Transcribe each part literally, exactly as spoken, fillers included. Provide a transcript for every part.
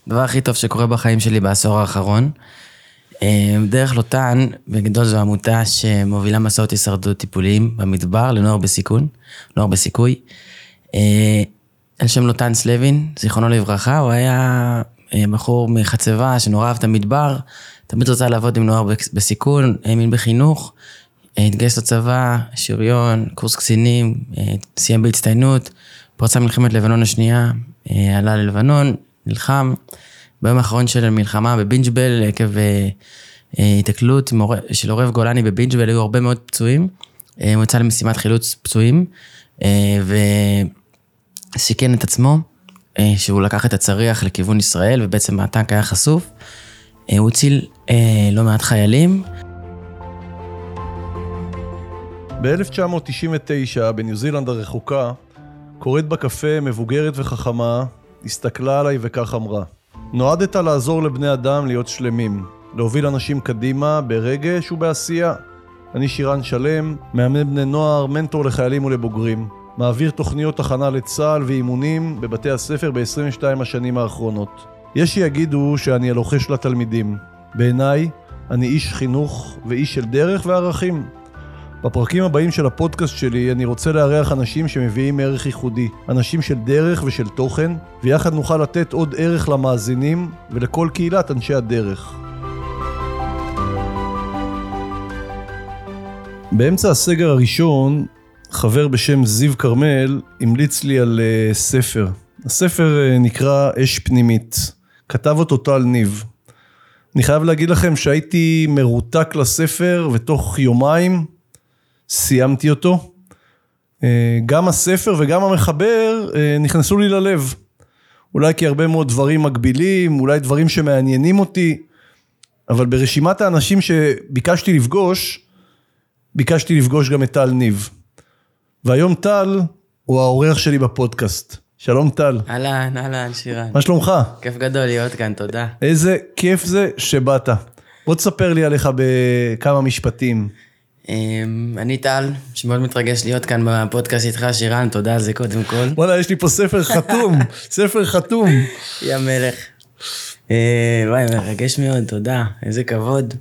הדבר הכי טוב שקורה בחיים שלי בעשור האחרון. דרך לוטן, בגדול זו עמותה שמובילה מסעות הישרדות טיפוליים במדבר לנוער בסיכון, נוער בסיכוי. על שם לוטן סלבין, זיכרונו לברכה, הוא היה בחור מחצבה שנורא אהב את המדבר, תמיד רצה לעבוד עם נוער בסיכון, האמין בחינוך, התגייס לצבא, שריון, קורס קצינים, סיים בהצטיינות, פרצה מלחמת לבנון השנייה, עלה ללבנון, נלחם, ביום האחרון של המלחמה בבינג'בל, עקב התקלות של עורב גולני בבינג'בל, היו הרבה מאוד פצועים, הוא יצא למשימת חילוץ פצועים, וסיכן את עצמו, שהוא לקח את הצריח לכיוון ישראל, ובעצם הטנק היה חשוף, הוא הציל לא מעט חיילים. ב-אלף תשע מאות תשעים ותשע, בניו זילנד הרחוקה, קוראת בקפה מבוגרת וחכמה, הסתכלה עליי וכך אמרה, נועדת לעזור לבני אדם להיות שלמים, להוביל אנשים קדימה ברגש ובעשייה. אני שירן שלם, מאמן בני נוער, מנטור לחיילים ולבוגרים, מעביר תוכניות הכנה לצה"ל ואימונים בבתי הספר ב-עשרים ושתיים השנים האחרונות. יש שיגידו שאני הלוחש לתלמידים. בעיניי, אני איש חינוך ואיש של דרך וערכים. בפרקים הבאים של הפודקאסט שלי אני רוצה לארח אנשים שמביאים ערך ייחודי, אנשים של דרך ושל תוכן, ויחד נוכל לתת עוד ערך למאזינים ולכל קהילת אנשי הדרך. באמצע הסגר הראשון, חבר בשם זיו קרמל המליץ לי על uh, ספר. הספר uh, נקרא אש פנימית, כתב אותו טל ניב. אני חייב להגיד לכם שהייתי מרותק לספר ותוך יומיים סיימתי אותו. גם הספר וגם המחבר נכנסו לי ללב. אולי כי הרבה מאוד דברים מגבילים, אולי דברים שמעניינים אותי, אבל ברשימת האנשים שביקשתי לפגוש, ביקשתי לפגוש גם את טל ניב. והיום טל הוא האורח שלי בפודקאסט. שלום טל. אהלן, אהלן שירן. מה שלומך? כיף גדול להיות כאן, תודה. איזה כיף זה שבאת. בוא תספר לי עליך בכמה משפטים. אני טל, שמאוד מתרגש להיות כאן בפודקאסט איתך, שירן, תודה על זה קודם כל. וואלה, יש לי פה ספר חתום, ספר חתום. יא מלך. וואי, מרגש מאוד, תודה, איזה כבוד.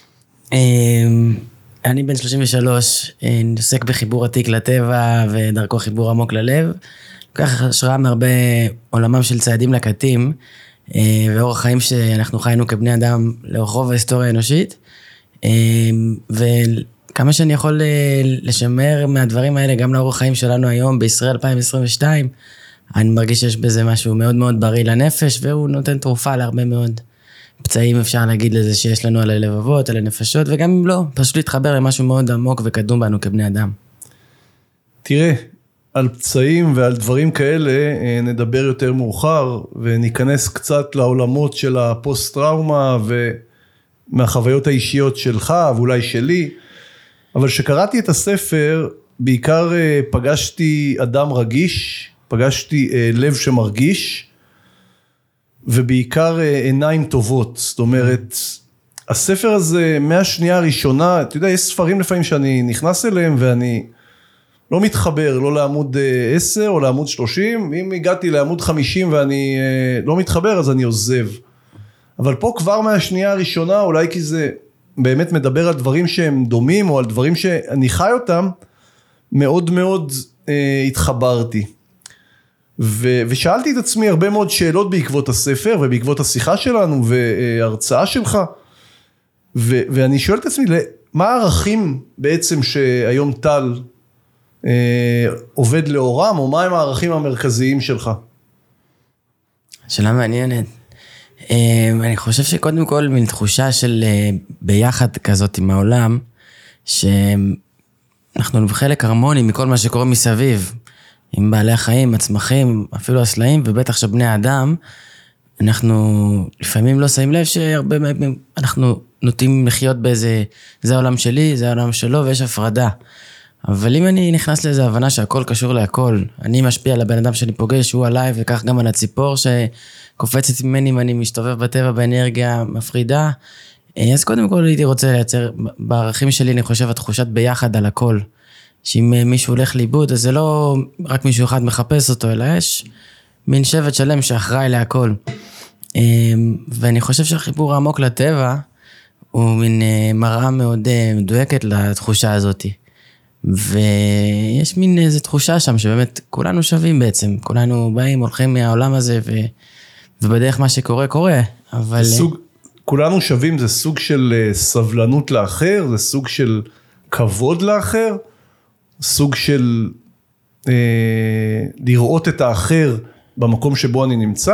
אני בן שלושים ושלוש, אני עוסק בחיבור עתיק לטבע, ודרכו חיבור עמוק ללב. לוקח השראה מהרבה עולמם של צעדים לקטים, ואורח חיים שאנחנו חיינו כבני אדם לאורך רוב ההיסטוריה האנושית. ו... כמה שאני יכול לשמר מהדברים האלה, גם לאורח חיים שלנו היום, בישראל אלפיים עשרים ושתיים, אני מרגיש שיש בזה משהו מאוד מאוד בריא לנפש, והוא נותן תרופה להרבה מאוד פצעים, אפשר להגיד לזה שיש לנו על הלבבות, על הנפשות, וגם אם לא, פשוט להתחבר למשהו מאוד עמוק וקדום בנו כבני אדם. תראה, על פצעים ועל דברים כאלה נדבר יותר מאוחר, וניכנס קצת לעולמות של הפוסט-טראומה, ומהחוויות האישיות שלך, ואולי שלי, אבל שקראתי את הספר, בעיקר פגשתי אדם רגיש, פגשתי לב שמרגיש, ובעיקר עיניים טובות. זאת אומרת, הספר הזה מהשנייה הראשונה, אתה יודע, יש ספרים לפעמים שאני נכנס אליהם, ואני לא מתחבר, לא לעמוד עשר או לעמוד שלושים, אם הגעתי לעמוד חמישים ואני לא מתחבר, אז אני עוזב. אבל פה כבר מהשנייה הראשונה, אולי כי זה באמת מדבר על דברים שהם דומים, או על דברים שאני חי אותם, מאוד מאוד אה, התחברתי. ו, ושאלתי את עצמי הרבה מאוד שאלות בעקבות הספר, ובעקבות השיחה שלנו, והרצאה שלך, ו, ואני שואל את עצמי, מה הערכים בעצם שהיום טל אה, עובד לאורם, או מה הם הערכים המרכזיים שלך? שאלה מעניינת. אני חושב שקודם כל מן תחושה של ביחד כזאת עם העולם, שאנחנו בחלק הרמוני מכל מה שקורה מסביב, עם בעלי החיים, הצמחים, אפילו הסלעים, ובטח שבני האדם, אנחנו לפעמים לא שמים לב שהרבה מהם, אנחנו נוטים לחיות באיזה, זה העולם שלי, זה העולם שלו, ויש הפרדה. אבל אם אני נכנס לאיזו הבנה שהכל קשור להכל, אני משפיע על הבן אדם שאני פוגש, הוא עליי, וכך גם על הציפור שקופצת ממני אם אני מסתובב בטבע באנרגיה מפרידה, אז קודם כל הייתי רוצה לייצר, בערכים שלי אני חושב, התחושת ביחד על הכל, שאם מישהו הולך לאיבוד, אז זה לא רק מישהו אחד מחפש אותו, אלא יש מין שבט שלם שאחראי להכל. ואני חושב שהחיבור העמוק לטבע, הוא מין מראה מאוד מדויקת לתחושה הזאת. ויש מין איזו תחושה שם שבאמת כולנו שווים בעצם, כולנו באים, הולכים מהעולם הזה, ו... ובדרך מה שקורה, קורה, אבל... סוג, כולנו שווים, זה סוג של סבלנות לאחר, זה סוג של כבוד לאחר, סוג של אה, לראות את האחר במקום שבו אני נמצא.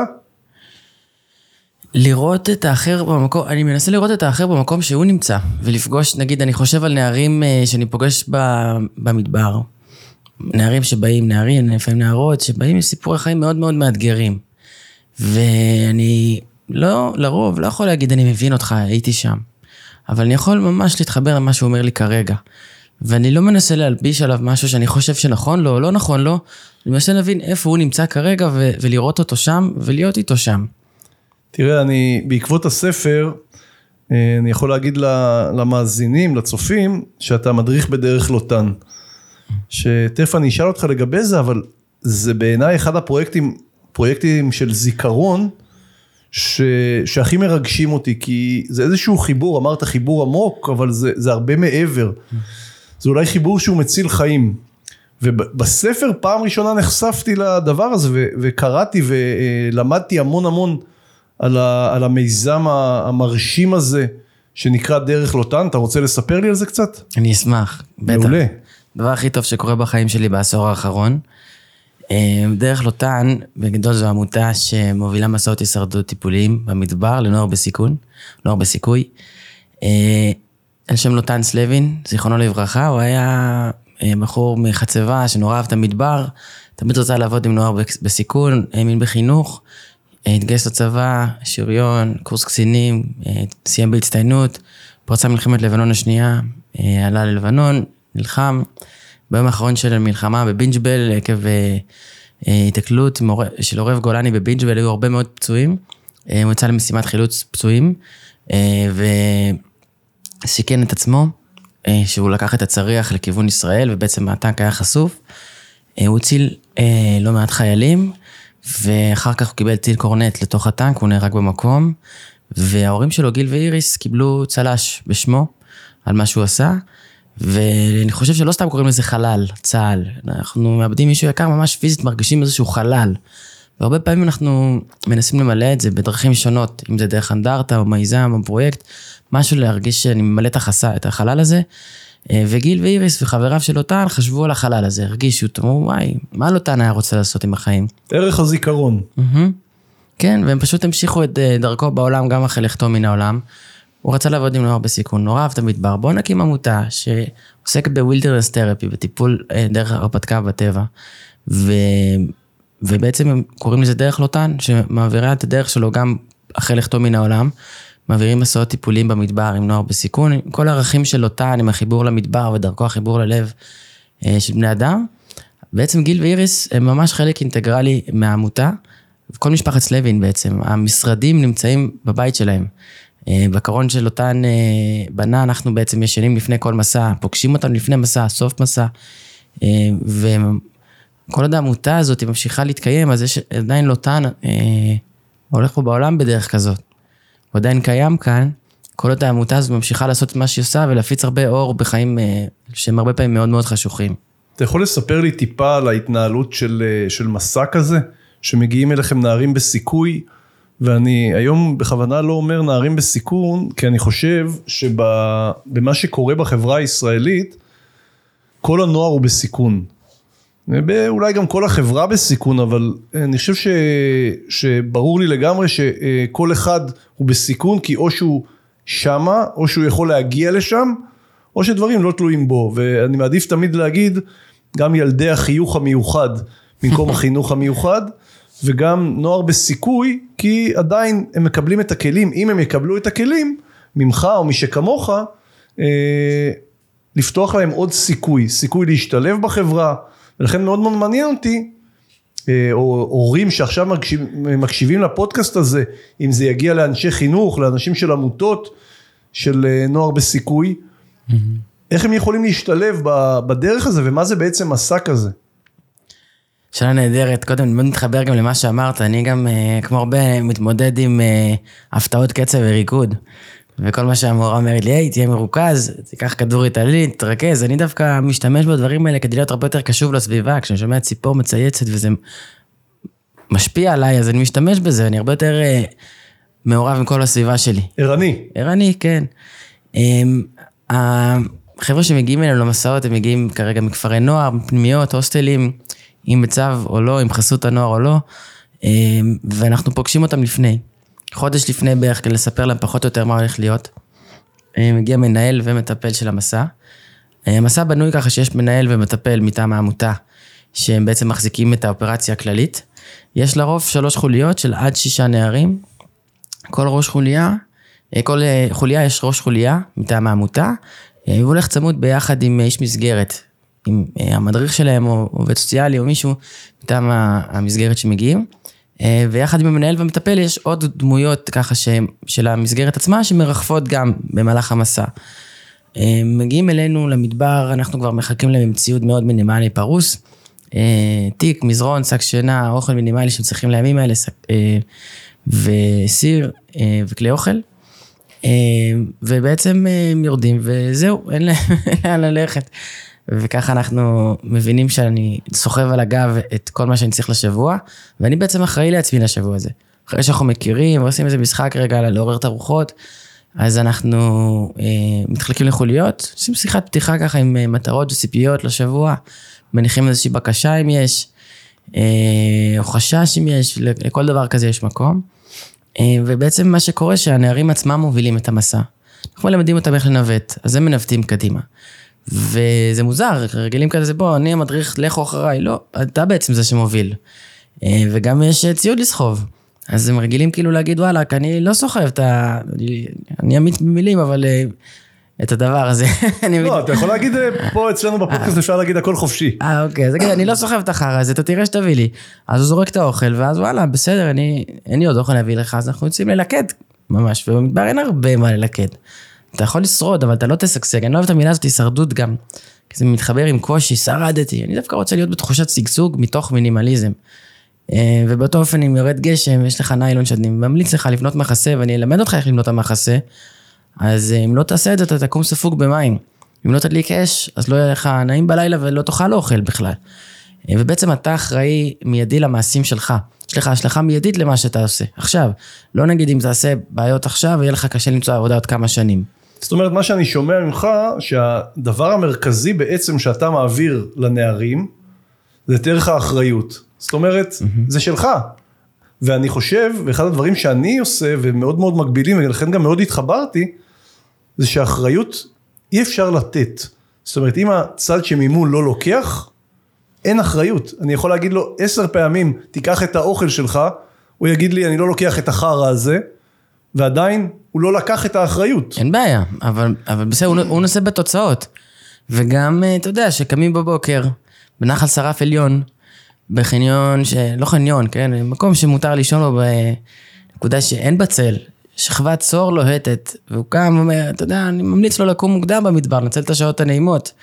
לראות את האחר במקום, אני מנסה לראות את האחר במקום שהוא נמצא, ולפגוש, נגיד, אני חושב על נערים שאני פוגש במדבר, נערים שבאים, נערים, לפעמים נערות, שבאים עם סיפורי חיים מאוד מאוד מאתגרים, ואני לא, לרוב, לא יכול להגיד, אני מבין אותך, הייתי שם, אבל אני יכול ממש להתחבר למה שהוא אומר לי כרגע, ואני לא מנסה להלביש עליו משהו שאני חושב שנכון לו או לא נכון לו, אני מנסה להבין איפה הוא נמצא כרגע, ו- ולראות אותו שם, ולהיות איתו שם. תראה, אני, בעקבות הספר, אני יכול להגיד למאזינים, לצופים, שאתה מדריך בדרך לוטן. שתכף אני אשאל אותך לגבי זה, אבל זה בעיניי אחד הפרויקטים, פרויקטים של זיכרון, ש, שהכי מרגשים אותי, כי זה איזשהו חיבור, אמרת חיבור עמוק, אבל זה, זה הרבה מעבר. זה אולי חיבור שהוא מציל חיים. ובספר פעם ראשונה נחשפתי לדבר הזה, ו, וקראתי ולמדתי המון המון, על, ה, על המיזם המרשים הזה, שנקרא דרך לוטן. אתה רוצה לספר לי על זה קצת? אני אשמח, בטח. מעולה. הדבר הכי טוב שקורה בחיים שלי בעשור האחרון. דרך לוטן, בגדול זו עמותה שמובילה מסעות הישרדות טיפוליים במדבר לנוער בסיכון, נוער בסיכוי. על שם לוטן סלבין, זיכרונו לברכה, הוא היה בחור מחצבה שנורא אהב את המדבר, תמיד רצה לעבוד עם נוער בסיכון, האמין בחינוך, התגייס לצבא, שריון, קורס קצינים, סיים בהצטיינות, פרצה מלחמת לבנון השנייה, עלה ללבנון, נלחם, ביום האחרון של המלחמה בבינג'בל, עקב התקלות של עורב גולני בבינג'בל, היו הרבה מאוד פצועים, הוא יצא למשימת חילוץ פצועים, וסיכן את עצמו, שהוא לקח את הצריח לכיוון ישראל, ובעצם הטנק היה חשוף, הוא הציל לא מעט חיילים, ואחר כך הוא קיבל טיל קורנט לתוך הטנק, הוא נהרג במקום, וההורים שלו, גיל ואיריס, קיבלו צלש בשמו, על מה שהוא עשה, ואני חושב שלא סתם קוראים לזה חלל, צהל, אנחנו מאבדים מישהו יקר, ממש פיזית מרגישים איזשהו חלל, והרבה פעמים אנחנו מנסים למלא את זה בדרכים שונות, אם זה דרך אנדרטה או מיזם או פרויקט, משהו להרגיש שאני ממלא את החלל הזה, וגיל ואיריס וחבריו של לוטן חשבו על החלל הזה, הרגישו, אמרו, וואי, מה לוטן היה רוצה לעשות עם החיים? ערך הזיכרון. כן, והם פשוט המשיכו את דרכו בעולם, גם אחרי לכתו מן העולם. הוא רצה לעבוד עם נוער בסיכון, נורא אהב את המדבר. בואו נקים עמותה שעוסקת בווילדרנס תרפי, בטיפול דרך הרפתקה בטבע, ו... ובעצם הם קוראים לזה דרך לוטן, שמעבירה את הדרך שלו גם אחרי לכתו מן העולם, מעבירים מסעות טיפולים במדבר עם נוער בסיכון, כל הערכים של לוטן, עם החיבור למדבר ודרכו החיבור ללב של בני אדם. בעצם גיל ואיריס הם ממש חלק אינטגרלי מהעמותה, וכל משפחת סלבין בעצם, המשרדים נמצאים בבית שלהם. בקרון של לוטן בנה, אנחנו בעצם ישנים לפני כל מסע, פוגשים אותנו לפני מסע, סוף מסע, וכל עוד העמותה הזאת היא ממשיכה להתקיים, אז יש עדיין לוטן הולך פה בעולם בדרך כזאת. הוא עדיין קיים כאן, כל עוד העמותה הזאת ממשיכה לעשות את מה שהיא עושה, ולהפיץ הרבה אור בחיים שהם הרבה פעמים מאוד מאוד חשוכים. אתה יכול לספר לי טיפה על ההתנהלות של, של מסע כזה, שמגיעים אליכם נערים בסיכוי, ואני היום בכוונה לא אומר נערים בסיכון, כי אני חושב שבמה שקורה בחברה הישראלית, כל הנוער הוא בסיכון. אולי גם כל החברה בסיכון, אבל אני חושב ש, שברור לי לגמרי שכל אחד הוא בסיכון, כי או שהוא שמה, או שהוא יכול להגיע לשם, או שדברים לא תלויים בו, ואני מעדיף תמיד להגיד, גם ילדי החיוך המיוחד, במקום החינוך המיוחד, וגם נוער בסיכוי, כי עדיין הם מקבלים את הכלים, אם הם יקבלו את הכלים, ממך או מי שכמוך, אה, לפתוח להם עוד סיכוי, סיכוי להשתלב בחברה, ולכן מאוד מאוד מעניין אותי, או הורים שעכשיו מקשיב, מקשיבים לפודקאסט הזה, אם זה יגיע לאנשי חינוך, לאנשים של עמותות, של נוער בסיכוי, mm-hmm. איך הם יכולים להשתלב בדרך הזה, ומה זה בעצם מסע כזה? שאלה נהדרת, קודם בוא נתחבר גם למה שאמרת, אני גם כמו הרבה מתמודד עם הפתעות קצב וריקוד, וכל מה שהמורה אומרת לי, היי, תהיה מרוכז, תיקח כדור איטלין, תתרכז, אני דווקא משתמש בדברים האלה כדי להיות הרבה יותר קשוב לסביבה, כשאני שומע ציפור מצייצת וזה משפיע עליי, אז אני משתמש בזה, אני הרבה יותר מעורב עם כל הסביבה שלי. ערני. ערני, כן. החבר'ה שמגיעים אלינו למסעות, הם מגיעים כרגע מכפרי נוער, פנימיות, הוסטלים, עם מצב או לא, עם חסות הנוער או לא, ואנחנו פוגשים אותם לפני. חודש לפני בערך, כדי לספר להם פחות או יותר מה הולך להיות. מגיע מנהל ומטפל של המסע. המסע בנוי ככה שיש מנהל ומטפל מטעם העמותה, שהם בעצם מחזיקים את האופרציה הכללית. יש לרוב שלוש חוליות של עד שישה נערים. כל ראש חוליה, כל חוליה יש ראש חוליה מטעם העמותה, והוא הולך צמוד ביחד עם איש מסגרת, עם המדריך שלהם או עובד סוציאלי או מישהו מטעם המסגרת שמגיעים. ויחד עם המנהל והמטפל יש עוד דמויות ככה ש, של המסגרת עצמה שמרחפות גם במהלך המסע. מגיעים אלינו למדבר, אנחנו כבר מחכים להם עם ציוד מאוד מינימלי פרוס, תיק, מזרון, שק שינה, אוכל מינימלי שהם צריכים לימים האלה, וסיר וכלי אוכל, ובעצם הם יורדים וזהו, אין לאן ללכת. וככה אנחנו מבינים שאני סוחב על הגב את כל מה שאני צריך לשבוע, ואני בעצם אחראי לעצמי לשבוע הזה. אחרי שאנחנו מכירים, עושים איזה משחק רגע לעורר את הרוחות, אז אנחנו אה, מתחלקים לחוליות, עושים שיחת פתיחה ככה עם מטרות וציפיות לשבוע, מניחים איזושהי בקשה אם יש, אה, או חשש אם יש, לכל דבר כזה יש מקום, אה, ובעצם מה שקורה שהנערים עצמם מובילים את המסע. אנחנו מלמדים אותם איך לנווט, אז הם מנווטים קדימה. וזה מוזר, רגילים כזה, בוא, אני המדריך, לכו אחריי, לא, אתה בעצם זה שמוביל. וגם יש ציוד לסחוב. אז הם רגילים כאילו להגיד, וואלה, אני לא סוחב את ה... אני אמיץ במילים, אבל את הדבר הזה. לא, אתה יכול להגיד, פה אצלנו בפודקאסט אפשר להגיד הכל חופשי. אה, אוקיי, אז אני לא סוחב את החרא הזה, אתה תראה שתביא לי. אז הוא זורק את האוכל, ואז וואלה, בסדר, אין לי עוד אוכל להביא לך, אז אנחנו יוצאים ללקד, ממש, ובמדבר אין הרבה מה ללקד. אתה יכול לשרוד, אבל אתה לא תסגסג. אני לא אוהב את המילה הזאת, הישרדות גם. כי זה מתחבר עם קושי, שרדתי. אני דווקא רוצה להיות בתחושת סגסוג מתוך מינימליזם. ובאותו אופן, אם יורד גשם, יש לך ניילון שאני ממליץ לך לבנות מחסה, ואני אלמד אותך איך לבנות המחסה, אז אם לא תעשה את זה, אתה תקום ספוג במים. אם לא תדליק אש, אז לא יהיה לך נעים בלילה, ולא תאכל אוכל בכלל. ובעצם אתה אחראי מיידי למעשים שלך. יש לך השלכה מיידית למה שאתה עושה. עכשיו, לא נגיד אם תעשה בעיות עכשיו, ויהיה לך קשה למצוא עבודה עוד כמה שנים. זאת אומרת, מה שאני שומע ממך, שהדבר המרכזי בעצם שאתה מעביר לנערים, זה תארך האחריות. זאת אומרת, mm-hmm. זה שלך. ואני חושב, ואחד הדברים שאני עושה, ומאוד מאוד מגבילים, ולכן גם מאוד התחברתי, זה שהאחריות אי אפשר לתת. זאת אומרת, אם הצד שממול לא לוקח, אין אחריות. אני יכול להגיד לו עשר פעמים, תיקח את האוכל שלך, הוא יגיד לי, אני לא לוקח את החרא הזה, ועדיין הוא לא לקח את האחריות. אין בעיה, אבל, אבל בסדר, הוא, הוא נושא בתוצאות. וגם, אתה יודע, שקמים בבוקר, בנחל שרף עליון, בחניון, לא חניון, כן? מקום שמותר לישון לו בנקודה שאין בצל, שכבת צור לוהטת, והוא קם ואומר, אתה יודע, אני ממליץ לו לקום מוקדם במדבר, נצל את השעות הנעימות.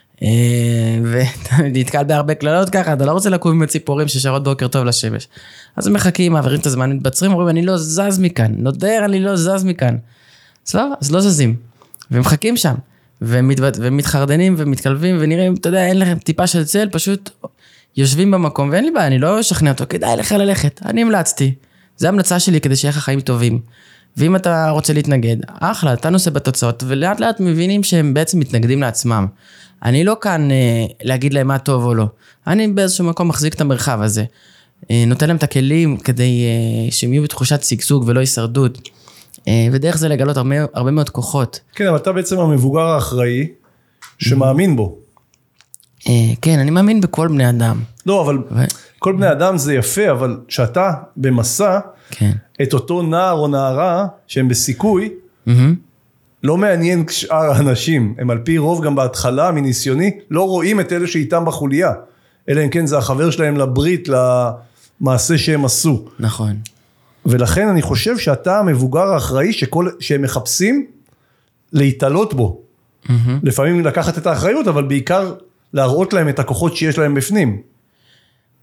ולהתקל בהרבה כללות ככה, אתה לא רוצה לקום עם הציפורים ששרות בוקר טוב לשמש. אז הם מחכים, מעבירים את הזמן, מתבצרים, אומרים, אני לא זז מכאן, נודר, אני לא זז מכאן. סבבה, אז לא זזים. והם מחכים שם, ומתחרדנים ומתקלבים, ונראים, אתה יודע, אין לכם טיפה של צל, פשוט יושבים במקום, ואין לי בעיה, אני לא אשכנע אותו, כדאי לך ללכת, אני המלצתי. זו המלצה שלי כדי שיהיה לך חיים טובים. ואם אתה רוצה להתנגד, אחלה, אתה נושא בתוצאות, ולאט לאט מבינים שהם בעצם מתנגדים לעצמם. אני לא כאן אה, להגיד להם מה טוב או לא. אני באיזשהו מקום מחזיק את המרחב הזה. אה, נותן להם את הכלים כדי אה, שהם יהיו בתחושת סגסוג ולא הישרדות. אה, ודרך זה לגלות הרבה, הרבה מאוד כוחות. כן, אבל אתה בעצם המבוגר האחראי שמאמין בו. אה, כן, אני מאמין בכל בני אדם. לא, אבל ו... כל בני אדם זה יפה, אבל שאתה במסע, כן. את אותו נער או נערה שהם בסיכוי, mm-hmm. לא מעניין שאר האנשים, הם על פי רוב גם בהתחלה, מניסיוני, לא רואים את אלה שאיתם בחוליה, אלא אם כן זה החבר שלהם לברית, למעשה שהם עשו. נכון. ולכן אני חושב שאתה המבוגר האחראי, שכל, שהם מחפשים להתעלות בו. Mm-hmm. לפעמים לקחת את האחריות, אבל בעיקר להראות להם את הכוחות שיש להם בפנים.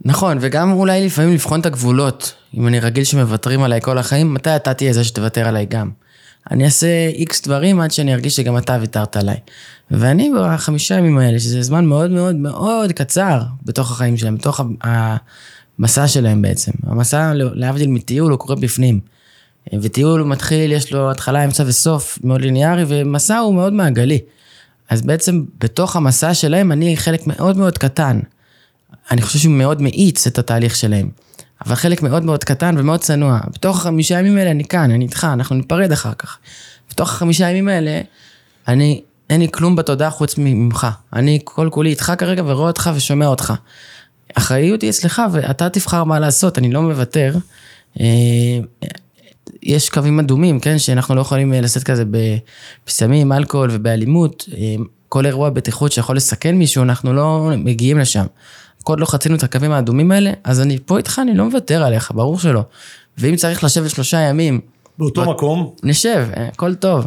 נכון, וגם אולי לפעמים לבחון את הגבולות. אם אני רגיל שמוותרים עליי כל החיים, מתי אתה תהיה זה שתוותר עליי גם? אני אעשה איקס דברים עד שאני ארגיש שגם אתה ויתרת עליי. ואני בחמישה ימים האלה, שזה זמן מאוד מאוד מאוד קצר בתוך החיים שלהם, בתוך המסע שלהם בעצם. המסע להבדיל מטיול הוא קורה בפנים. וטיול הוא מתחיל, יש לו התחלה, אמצע וסוף, מאוד ליניארי, ומסע הוא מאוד מעגלי. אז בעצם בתוך המסע שלהם אני חלק מאוד מאוד קטן. אני חושב שהוא מאוד מאיץ את התהליך שלהם. אבל חלק מאוד מאוד קטן ומאוד צנוע. בתוך החמישה ימים האלה אני כאן, אני איתך, אנחנו ניפרד אחר כך. בתוך החמישה ימים האלה, אני, אין לי כלום בתודעה חוץ ממך. אני כל כולי איתך כרגע ורואה אותך ושומע אותך. אחריות היא אצלך ואתה תבחר מה לעשות, אני לא מוותר. יש קווים אדומים, כן, שאנחנו לא יכולים לשאת כזה בסמים, אלכוהול ובאלימות. כל אירוע בטיחות שיכול לסכן מישהו, אנחנו לא מגיעים לשם. כל לא חצינו את הקווים האדומים האלה, אז אני פה איתך, אני לא מוותר עליך, ברור שלא. ואם צריך לשבת שלושה ימים... באותו מקום. נשב, הכל טוב.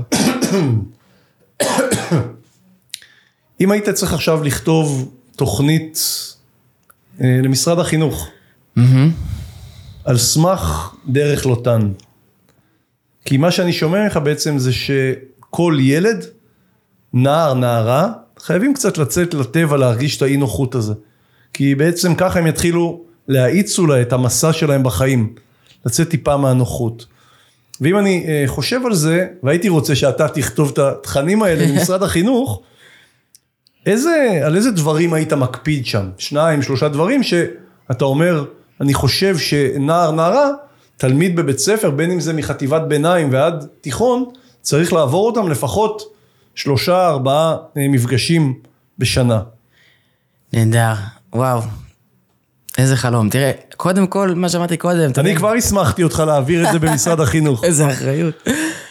אם היית צריך עכשיו לכתוב תוכנית למשרד החינוך, על סמך דרך לוטן, כי מה שאני שומע ממך בעצם זה שכל ילד, נער, נערה, חייבים קצת לצאת לטבע להרגיש את האי נוחות הזה. כי בעצם ככה הם יתחילו להאיץ אולי את המסע שלהם בחיים, לצאת טיפה מהנוחות. ואם אני uh, חושב על זה, והייתי רוצה שאתה תכתוב את התכנים האלה במשרד החינוך, איזה, על איזה דברים היית מקפיד שם? שניים, שלושה דברים שאתה אומר, אני חושב שנער נערה, תלמיד בבית ספר, בין אם זה מחטיבת ביניים ועד תיכון, צריך לעבור אותם לפחות שלושה, ארבעה מפגשים בשנה. נהדר. וואו, איזה חלום. תראה, קודם כל, מה שאמרתי קודם... אני כבר הסמכתי אותך להעביר את זה במשרד החינוך. איזה אחריות.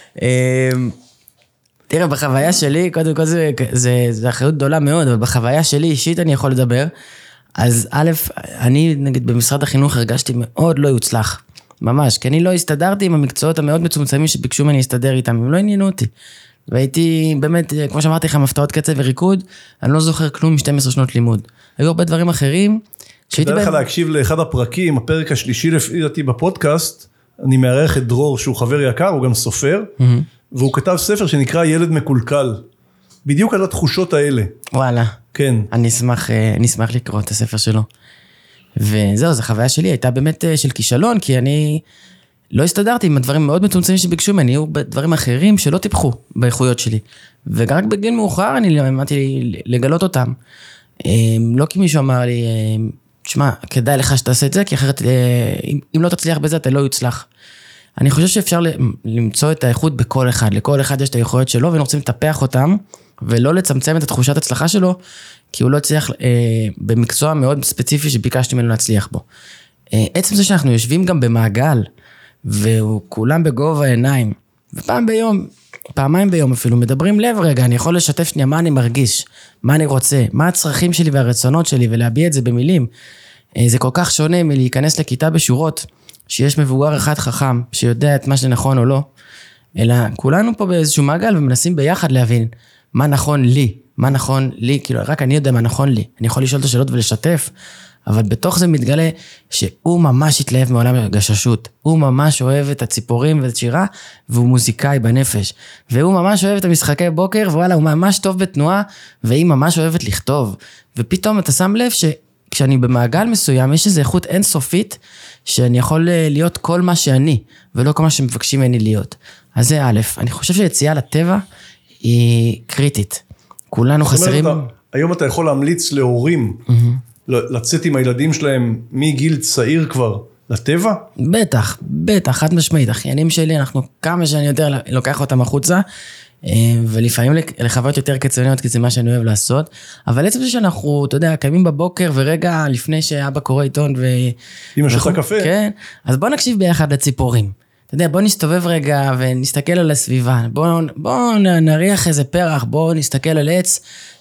תראה, בחוויה שלי, קודם כל זה, זה, זה אחריות גדולה מאוד, אבל בחוויה שלי אישית אני יכול לדבר. אז א', אני נגיד במשרד החינוך הרגשתי מאוד לא יוצלח. ממש, כי אני לא הסתדרתי עם המקצועות המאוד מצומצמים שביקשו ממני להסתדר איתם, הם לא עניינו אותי. והייתי באמת, כמו שאמרתי לך, מפתעות קצב וריקוד, אני לא זוכר כלום מ-שתים עשרה שנות לימוד. היו הרבה דברים אחרים, שהייתי בהם... כדאי לך להקשיב לאחד הפרקים, הפרק השלישי לפי דעתי בפודקאסט, אני מארח את דרור, שהוא חבר יקר, הוא גם סופר, mm-hmm. והוא כתב ספר שנקרא ילד מקולקל, בדיוק על התחושות האלה. וואלה. כן. אני אשמח, אני אשמח לקרוא את הספר שלו. וזהו, זו החוויה שלי, הייתה באמת של כישלון, כי אני לא הסתדרתי עם הדברים מאוד מצומצמים שביקשו ממני, היו דברים אחרים שלא טיפחו באיכויות שלי. וגם רק בגיל מאוחר אני למדתי לגלות אותם. לא כי מישהו אמר לי, תשמע, כדאי לך שתעשה את זה, כי אחרת, אם לא תצליח בזה, אתה לא יוצלח. אני חושב שאפשר למצוא את האיכות בכל אחד, לכל אחד יש את היכולות שלו, ואנחנו רוצים לטפח אותם, ולא לצמצם את התחושת הצלחה שלו, כי הוא לא הצליח אה, במקצוע מאוד ספציפי שביקשתי ממנו להצליח בו. אה, עצם זה שאנחנו יושבים גם במעגל, וכולם בגובה העיניים, ופעם ביום, פעמיים ביום אפילו, מדברים לב רגע, אני יכול לשתף שנייה מה אני מרגיש, מה אני רוצה, מה הצרכים שלי והרצונות שלי, ולהביע את זה במילים. אה, זה כל כך שונה מלהיכנס לכיתה בשורות, שיש מבוגר אחד חכם, שיודע את מה שנכון או לא, אלא כולנו פה באיזשהו מעגל, ומנסים ביחד להבין מה נכון לי, מה נכון לי, כאילו רק אני יודע מה נכון לי, אני יכול לשאול את השאלות ולשתף, אבל בתוך זה מתגלה שהוא ממש התלהב מעולם הגששות, הוא ממש אוהב את הציפורים ואת שירה, והוא מוזיקאי בנפש, והוא ממש אוהב את המשחקי בוקר, ווואלה, הוא ממש טוב בתנועה, והיא ממש אוהבת לכתוב, ופתאום אתה שם לב שכשאני במעגל מסוים, יש איזו איכות אינסופית, שאני יכול להיות כל מה שאני, ולא כל מה שמבקשים ממני להיות. אז זה א', אני חושב שיציאה לטבע היא קריטית. כולנו חסרים... אתה, היום אתה יכול להמליץ להורים, mm-hmm. לצאת עם הילדים שלהם מגיל צעיר כבר לטבע? בטח, בטח, חד משמעית. אחיינים שלי, אנחנו כמה שאני יותר לוקח אותם החוצה, ולפעמים לחוויות יותר קצרניות, כי זה מה שאני אוהב לעשות, אבל עצם זה שאנחנו, אתה יודע, קיימים בבוקר, ורגע לפני שאבא קורא עיתון, ו... אמא שותה קפה. כן, אז בוא נקשיב ביחד לציפורים. אתה יודע, בוא נסתובב רגע, ונסתכל על הסביבה, בוא, בוא נריח איזה פרח, בוא נסתכל על עץ,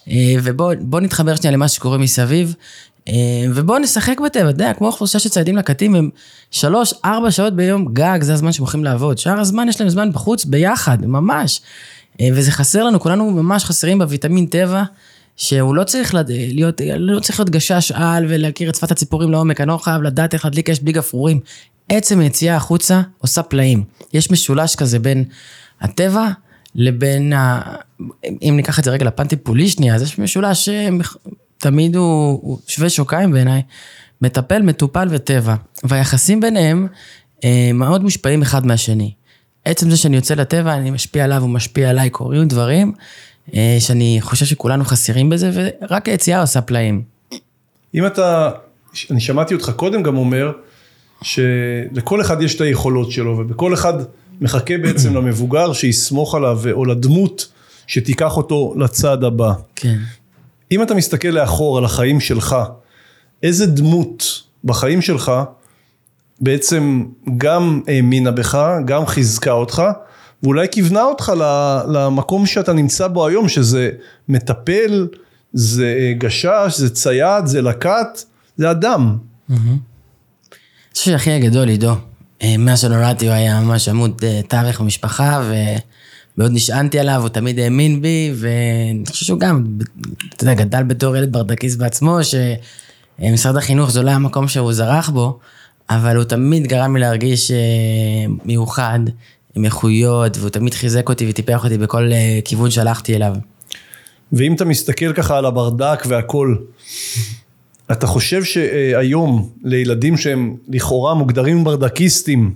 ובוא נתחבר שנייה למה שקורה מסביב, ובוא נשחק בטבע, אתה יודע, כמו אוכלוסייה שציידים לקטים, הם שלוש, ארבע שעות ביום גג, זה הזמן שהם הולכים לעבוד, שאר הזמן יש להם זמן בחוץ ביחד, ממש, וזה חסר לנו, כולנו ממש חסרים בוויטמין טבע, שהוא לא צריך להיות, לא צריך להיות גשש על ולהכיר את שפת הציפורים לעומק, אני לא חייב לדעת איך להדליק אש בלי גפרורים. עצם יציאה החוצה עושה פלאים. יש משולש כזה בין הטבע לבין, ה... אם ניקח את זה רגע לפן טיפולי שנייה, אז יש משולש שתמיד הוא, הוא שווה שוקיים בעיניי, מטפל, מטופל וטבע. והיחסים ביניהם מאוד מושפעים אחד מהשני. עצם זה שאני יוצא לטבע, אני משפיע עליו, הוא משפיע עליי, קוראים דברים, שאני חושב שכולנו חסירים בזה, ורק היציאה עושה פלאים. אם אתה, אני שמעתי אותך קודם גם אומר, שלכל אחד יש את היכולות שלו, ובכל אחד מחכה בעצם למבוגר שיסמוך עליו, או לדמות שתיקח אותו לצד הבא. כן. אם אתה מסתכל לאחור על החיים שלך, איזה דמות בחיים שלך, בעצם גם האמינה בך, גם חיזקה אותך, ואולי כיוונה אותך למקום שאתה נמצא בו היום, שזה מטפל, זה גשש, זה צייד, זה לקט, זה אדם. אני חושב שהכי הגדול, עידו, מאז שנולדתי הוא היה ממש עמוד תווך במשפחה, ומאוד נשענתי עליו, הוא תמיד האמין בי, ואני חושב שהוא גם, אתה יודע, גדל בתור ילד ברדקיסט בעצמו, שמשרד החינוך זה לא היה המקום שהוא זרח בו, אבל הוא תמיד גרם לי להרגיש מיוחד, עם איכויות, והוא תמיד חיזק אותי וטיפח אותי בכל כיוון שהלכתי אליו. ואם אתה מסתכל ככה על הברדק והכל, אתה חושב שהיום לילדים שהם לכאורה מוגדרים ברדקיסטים,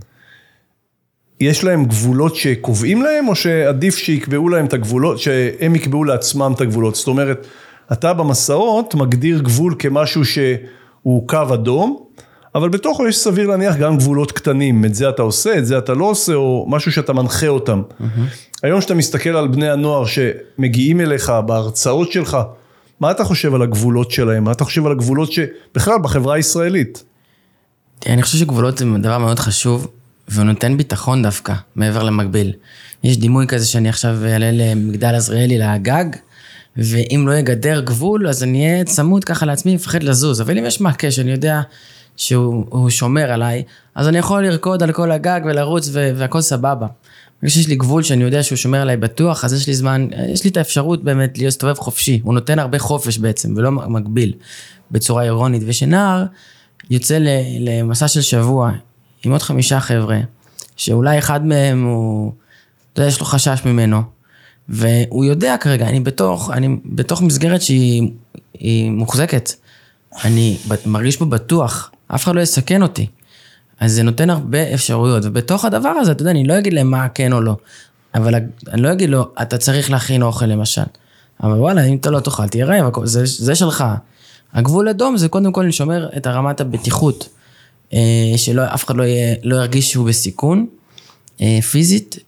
יש להם גבולות שקובעים להם, או שעדיף שיקבעו להם את הגבולות, שהם יקבעו לעצמם את הגבולות? זאת אומרת, אתה במסעות מגדיר גבול כמשהו שהוא קו אדום, אבל בתוכו יש סביר להניח גם גבולות קטנים, את זה אתה עושה, את זה אתה לא עושה, או משהו שאתה מנחה אותם. Mm-hmm. היום שאתה מסתכל על בני הנוער שמגיעים אליך בהרצאות שלך, מה אתה חושב על הגבולות שלהם? מה אתה חושב על הגבולות שבכלל בחברה הישראלית? אני חושב שגבולות זה דבר מאוד חשוב, והוא נותן ביטחון דווקא, מעבר למקביל. יש דימוי כזה שאני עכשיו אעלה למגדל עזריאלי להגג, ואם לא יגדר גבול, אז אני אהיה צמוד ככה לעצמי, מפחד לזוז. אבל אם יש מעקה שאני יודע שהוא שומר עליי, אז אני יכול לרקוד על כל הגג ולרוץ והכל סבבה. כשיש לי גבול שאני יודע שהוא שומר עליי בטוח, אז יש לי זמן, יש לי את האפשרות באמת להסתובב חופשי. הוא נותן הרבה חופש בעצם, ולא מקביל, בצורה אירונית. ושנער יוצא למסע של שבוע, עם עוד חמישה חבר'ה, שאולי אחד מהם הוא, אתה יודע, יש לו חשש ממנו, והוא יודע כרגע, אני בתוך, אני בתוך מסגרת שהיא מוחזקת. אני מרגיש פה בטוח, אף אחד לא יסכן אותי. אז זה נותן הרבה אפשרויות, ובתוך הדבר הזה, אתה יודע, אני לא אגיד להם מה כן או לא, אבל אני לא אגיד לו, אתה צריך להכין אוכל למשל. אבל וואלה, אם אתה לא תאכל, תראה, זה, זה שלך. הגבול אדום זה קודם כל לשומר את הרמת הבטיחות, שלא, אף אחד לא, יהיה, לא ירגיש שהוא בסיכון, פיזית,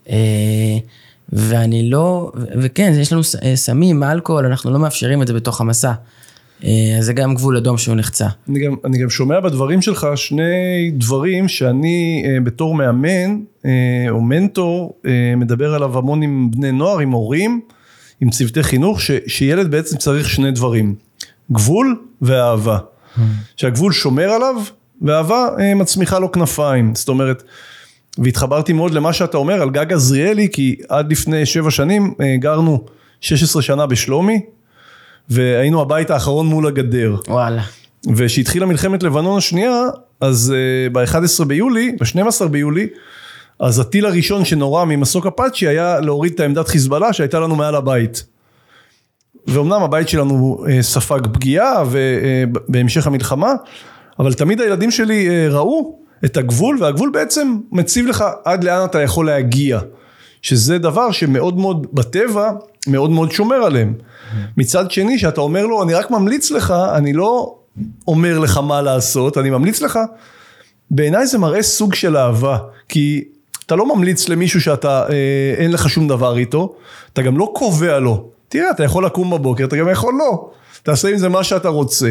ואני לא, וכן, יש לנו סמים, אלכוהול, אנחנו לא מאפשרים את זה בתוך המסע. אז זה גם גבול אדום שהוא נחצה. אני גם, אני גם שומע בדברים שלך שני דברים שאני בתור מאמן או מנטור מדבר עליו המון עם בני נוער, עם הורים, עם צוותי חינוך, ש, שילד בעצם צריך שני דברים, גבול ואהבה. שהגבול שומר עליו, ואהבה מצמיחה לו כנפיים. זאת אומרת, והתחברתי מאוד למה שאתה אומר על גג עזריאלי, כי עד לפני שבע שנים גרנו שש עשרה שנה בשלומי, והיינו הבית האחרון מול הגדר. וואלה. ושהתחילה מלחמת לבנון השנייה, אז ב-אחד עשר ביולי, ב-שנים עשר ביולי, אז הטיל הראשון שנורא ממסוק אפאצ'י היה להוריד את העמדת חיזבאללה שהייתה לנו מעל הבית. ואומנם הבית שלנו ספג פגיעה ובהמשך המלחמה, אבל תמיד הילדים שלי ראו את הגבול, והגבול בעצם מציב לך עד לאן אתה יכול להגיע. שזה דבר שמאוד מאוד בטבע, מאוד מאוד שומר עליהם. מצד שני, שאתה אומר לו, אני רק ממליץ לך, אני לא אומר לך מה לעשות, אני ממליץ לך, בעיניי זה מראה סוג של אהבה, כי אתה לא ממליץ למישהו שאתה, אה, אין לך שום דבר איתו, אתה גם לא קובע לו, תראה, אתה יכול לקום בבוקר, אתה גם יכול לא, תעשה עם זה מה שאתה רוצה.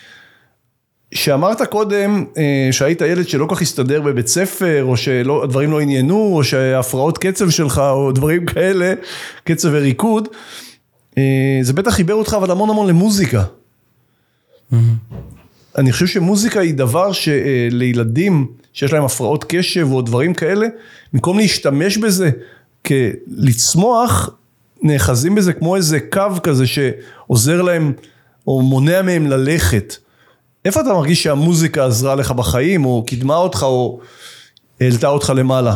שאמרת קודם שהיית ילד שלא כך הסתדר בבית ספר, או שהדברים לא עניינו, או שההפרעות קצב שלך, או דברים כאלה, קצב וריקוד, זה בטח חיבר אותך, אבל המון המון למוזיקה. אני חושב שמוזיקה היא דבר שלילדים שיש להם הפרעות קשב, או דברים כאלה, במקום להשתמש בזה, כלצמוח, נאחזים בזה כמו איזה קו כזה שעוזר להם או מונע מהם ללכת. איפה אתה מרגיש שהמוזיקה עזרה לך בחיים, או קידמה אותך, או העלתה אותך למעלה?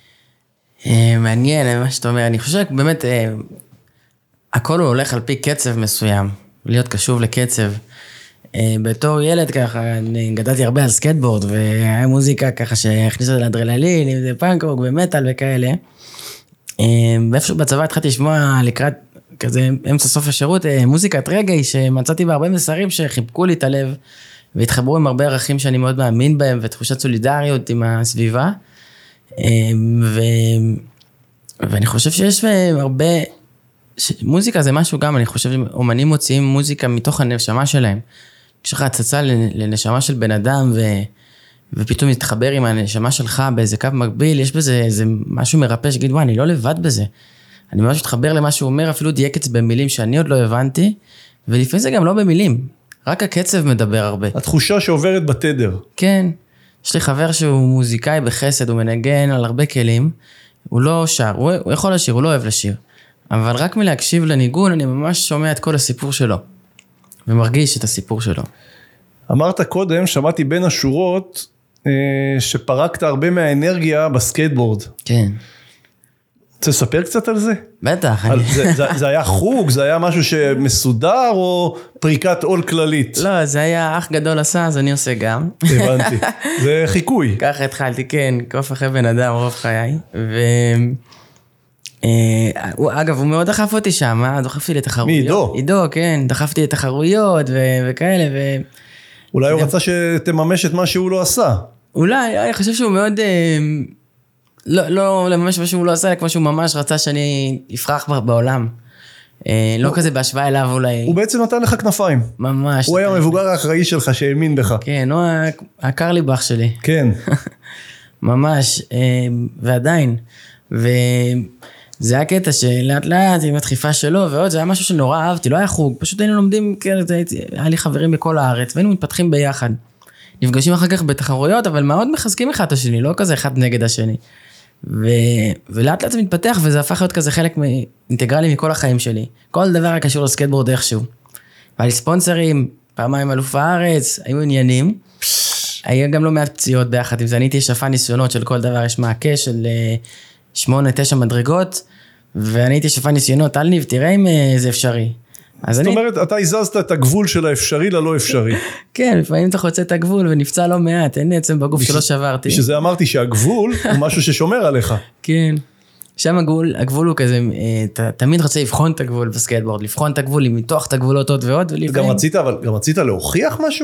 מעניין מה שאתה אומר, אני חושב באמת, הכל הוא הולך על פי קצב מסוים, להיות קשוב לקצב. בתור ילד ככה, אני גדלתי הרבה על סקייטבורד, והיה מוזיקה ככה שהכניסה לאדרנלין, אם זה פאנק-רוק ומטל וכאלה. ואיפשהו בצבא התחלתי לשמוע לקראת כזה אמצע סוף השירות, מוזיקת רגעי שמצאתי בה הרבה מסרים שחיבקו לי את הלב, והתחברו עם הרבה ערכים שאני מאוד מאמין בהם, ותחושת סולידריות עם הסביבה. ו... ואני חושב שיש הרבה, מוזיקה זה משהו גם, אני חושב שאומנים מוציאים מוזיקה מתוך הנשמה שלהם. יש לך הצצה לנשמה של בן אדם, ו... ופתאום להתחבר עם הנשמה שלך באיזה קו מקביל, יש בזה איזה משהו מרפא שגיד, וואי, אני לא לבד בזה. אני ממש מתחבר למה שהוא אומר, אפילו דייקץ במילים שאני עוד לא הבנתי, ולפעמים זה גם לא במילים, רק הקצב מדבר הרבה. התחושה שעוברת בתדר. כן, יש לי חבר שהוא מוזיקאי בחסד, הוא מנגן על הרבה כלים, הוא לא שר, הוא, הוא יכול לשיר, הוא לא אוהב לשיר, אבל רק מלהקשיב לניגון, אני ממש שומע את כל הסיפור שלו, ומרגיש את הסיפור שלו. אמרת קודם, שמעתי בין השורות, שפרקת הרבה מהאנרגיה בסקייטבורד. כן. רוצה לספר קצת על זה? בטח. על, זה, זה, זה היה חוג, זה היה משהו שמסודר, או פריקת עול כללית? לא, זה היה אח גדול עשה, אז אני עושה גם. הבנתי. זה חיקוי. ככה התחלתי, כן, קוף אחרי בן אדם, רוב חיי. ו... אגב, הוא מאוד דחף אותי שם, דחפתי לתחרויות. מי, עידו? עידו, כן, דחפתי לתחרויות ו- וכאלה. ו... אולי הוא רצה שתממש את מה שהוא לא עשה. אולי, אני חושב שהוא מאוד, לא, לא לממש מה שהוא לא עשה, כמו שהוא ממש רצה שאני אפרח בעולם. לא כזה בהשוואה אליו אולי. הוא בעצם נתן לך כנפיים. ממש. הוא היה המבוגר האחראי שלך שהאמין בך. כן, הוא הקרליבך שלי. כן. ממש, ועדיין. וזה היה קטע שלאט לאט עם הדחיפה שלו ועוד, זה היה משהו שנורא אהבתי, לא היה חוג, פשוט היינו לומדים, היה לי חברים בכל הארץ, והיינו מתפתחים ביחד. נפגשים אחר כך בתחרויות, אבל מאוד מחזקים אחד את השני, לא כזה אחד נגד השני. ו... ולאט לאט זה מתפתח, וזה הפך להיות כזה חלק אינטגרלי מכל החיים שלי. כל דבר הקשור לסקייטבורד איכשהו. והיה לי ספונסרים, פעמיים אלוף הארץ, היו עניינים. היה גם לא מעט פציעות ביחד, אם זה אני הייתי שפה ניסיונות של כל דבר, יש מעקה של שמונה, תשע מדרגות, ואני הייתי שפה ניסיונות, אל ניב, תראה אם זה אפשרי. זאת אומרת, אתה הזזת את הגבול של האפשרי ללא אפשרי. כן, לפעמים אתה חוצה את הגבול ונפצע לא מעט, אין עצם בגוף שלא שברתי. בשביל אמרתי שהגבול הוא משהו ששומר עליך. כן, שם הגבול, הגבול הוא כזה, אתה תמיד רוצה לבחון את הגבול בסקייטבורד, לבחון את הגבול, למתוח את הגבולות עוד ועוד, גם רצית, אבל גם רצית להוכיח משהו?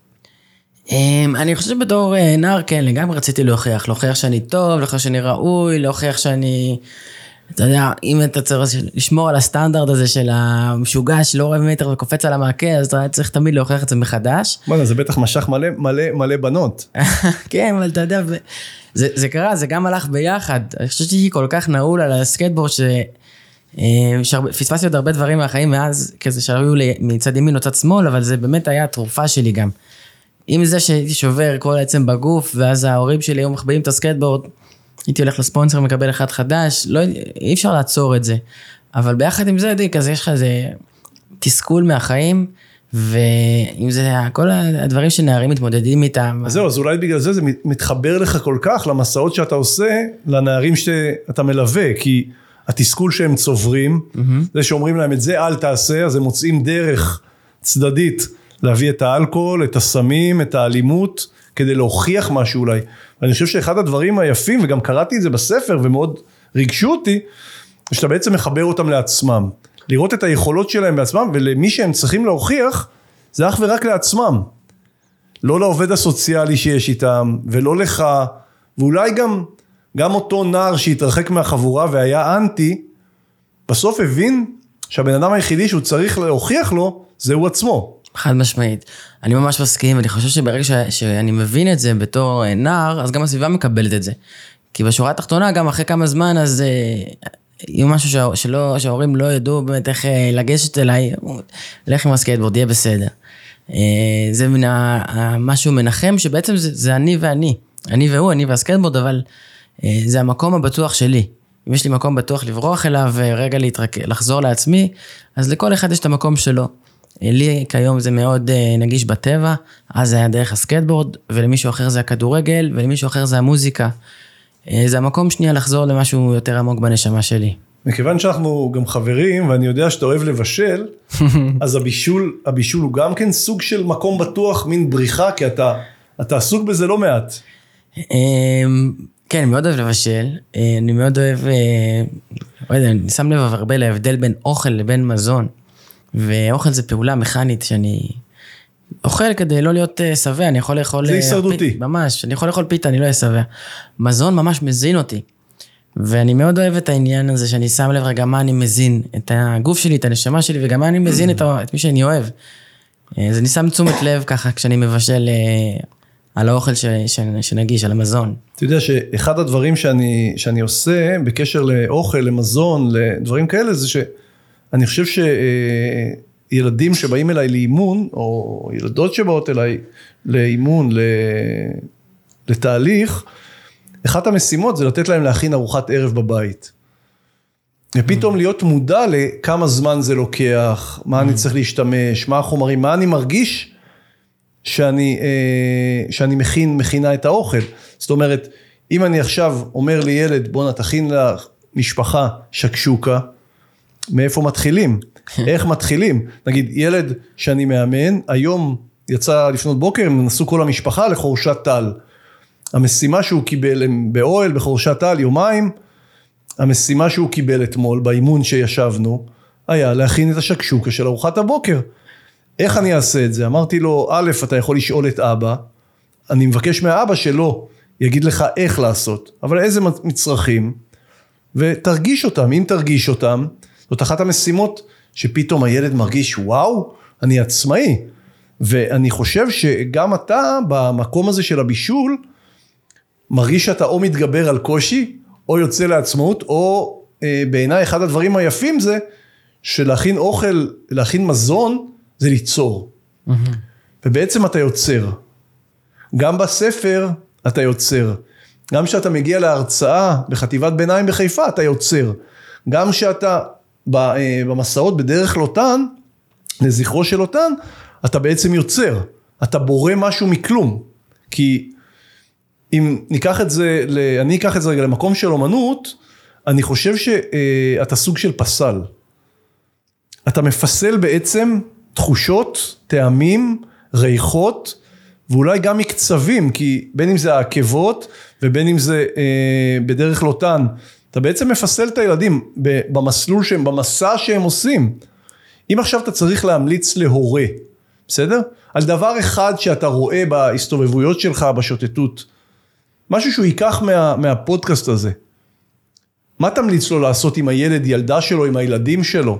אני חושב שבתור נער, כן, לגמרי רציתי להוכיח, להוכיח שאני טוב, להוכיח שאני ראוי, להוכיח שאני... אתה יודע, אם אתה צריך לשמור על הסטנדרט הזה של המשוגע שלא רואה מטר וקופץ על המעקה, אז אתה צריך תמיד להוכיח את זה מחדש. מה, זה בטח משך מלא, מלא, מלא בנות. כן, אבל אתה יודע, זה, זה קרה, זה גם הלך ביחד. אני חושבת שהיא כל כך נעול על הסקייטבורד, שפספסתי עוד הרבה דברים מהחיים מאז, כזה שהיו לי מצד ימין או צד שמאל, אבל זה באמת היה התרופה שלי גם. עם זה שהייתי שובר כל העצם בגוף, ואז ההורים שלי היו מחבאים את הסקייטבורד, הייתי הולך לספונסר, מקבל אחד חדש, לא, אי אפשר לעצור את זה. אבל ביחד עם זה, די, כזה יש לך איזה תסכול מהחיים, ואם זה כל הדברים שנערים מתמודדים איתם. אז זהו, אז אולי בגלל זה זה מתחבר לך כל כך למסעות שאתה עושה, לנערים שאתה מלווה, כי התסכול שהם צוברים, mm-hmm. זה שאומרים להם את זה אל תעשה, אז הם מוצאים דרך צדדית, להביא את האלכוהול, את הסמים, את האלימות, כדי להוכיח משהו אולי. ואני חושב שאחד הדברים היפים, וגם קראתי את זה בספר, ומאוד ריגשו אותי, שאתה בעצם מחבר אותם לעצמם. לראות את היכולות שלהם בעצמם, ולמי שהם צריכים להוכיח, זה אך ורק לעצמם. לא לעובד הסוציאלי שיש איתם, ולא לך, ואולי גם, גם אותו נער שהתרחק מהחבורה, והיה אנטי, בסוף הבין שהבן אדם היחידי שהוא צריך להוכיח לו, זהו עצמו. חד משמעית. אני ממש מסכים, ואני חושב שברגע ש... שאני מבין את זה בתור נער, אז גם הסביבה מקבלת את זה. כי בשורה התחתונה, גם אחרי כמה זמן, אז יהיו משהו ש... שלא, שההורים לא ידעו באמת איך לגשת אליי, לך עם הסקייטבורד, יהיה בסדר. זה מן ה... משהו מנחם, שבעצם זה, זה אני ואני. אני והוא, אני והסקייטבורד, אבל זה המקום הבטוח שלי. אם יש לי מקום בטוח לברוח אליו, ורגע להתרק... לחזור לעצמי, אז לכל אחד יש את המקום שלו. לי כיום זה מאוד נגיש בטבע, אז זה היה דרך הסקטבורד, ולמישהו אחר זה הכדורגל, ולמישהו אחר זה המוזיקה. זה המקום שנייה לחזור למשהו יותר עמוק בנשמה שלי. מכיוון שאנחנו גם חברים, ואני יודע שאתה אוהב לבשל, אז הבישול, הבישול הוא גם כן סוג של מקום בטוח, מין בריחה, כי אתה, אתה עסוק בזה לא מעט. כן, אני מאוד אוהב לבשל, אני מאוד אוהב, אני שם לב הרבה להבדל בין אוכל לבין מזון, ואוכל זה פעולה מכנית שאני אוכל כדי לא להיות שבע, אני יכול לאכול... זה הישרדותי. ממש, אני יכול לאכול פיתה, אני לא אשבע. מזון ממש מזין אותי. ואני מאוד אוהב את העניין הזה, שאני שם לב רגע מה אני מזין, את הגוף שלי, את הנשמה שלי, וגם מה אני מזין את, את מי שאני אוהב. אז אני שם תשומת לב ככה, כשאני מבשל על האוכל ש, ש, שנגיש, על המזון. אתה יודע שאחד הדברים שאני, שאני עושה, בקשר לאוכל, למזון, לדברים כאלה, זה שאני חושב שילדים שבאים אליי לאימון, או ילדות שבאות אליי לאימון, לתהליך, אחת המשימות זה לתת להם להכין ארוחת ערב בבית. ופתאום להיות מודע לכמה זמן זה לוקח, מה אני צריך להשתמש, מה החומרים, מה אני מרגיש שאני, שאני מכין, מכינה את האוכל. זאת אומרת, אם אני עכשיו אומר לילד, בוא נתכין למשפחה שקשוקה, מאיפה מתחילים? איך מתחילים? נגיד, ילד שאני מאמן, היום יצא לפנות בוקר, הם נסו כל המשפחה לחורשת טל. המשימה שהוא קיבל באוהל, בחורשת טל, יומיים, המשימה שהוא קיבל אתמול, באימון שישבנו, היה להכין את השקשוקה של ארוחת הבוקר. איך אני אעשה את זה? אמרתי לו, א', אתה יכול לשאול את אבא, אני מבקש מהאבא שלו, יגיד לך איך לעשות, אבל איזה מצרכים, ותרגיש אותם, אם תרגיש אותם, זאת אחת המשימות, שפתאום הילד מרגיש, וואו, אני עצמאי, ואני חושב שגם אתה, במקום הזה של הבישול, מרגיש שאתה או מתגבר על קושי, או יוצא לעצמאות, או אה, בעיניי אחד הדברים היפים זה, שלהכין אוכל, להכין מזון, זה ליצור. Mm-hmm. ובעצם אתה יוצר. גם בספר אתה יוצר. גם שאתה מגיע להרצאה בחטיבת ביניים בחיפה, אתה יוצר. גם שאתה במסעות בדרך לוטן, לזכרו של לוטן, אתה בעצם יוצר. אתה בורא משהו מכלום. כי אם ניקח את זה, אני אקח את זה רגע למקום של אומנות, אני חושב שאתה סוג של פסל. אתה מפסל בעצם תחושות, טעמים, ריחות, ואולי גם מקצבים, כי בין אם זה העקבות, ובין אם זה אה, בדרך לוטן, אתה בעצם מפסל את הילדים במסלול שהם, במסע שהם עושים. אם עכשיו אתה צריך להמליץ להורה, בסדר? על דבר אחד שאתה רואה בהסתובבויות שלך, בשוטטות, משהו שהוא ייקח מה, מהפודקאסט הזה. מה תמליץ לו לעשות עם הילד, ילדה שלו, עם הילדים שלו?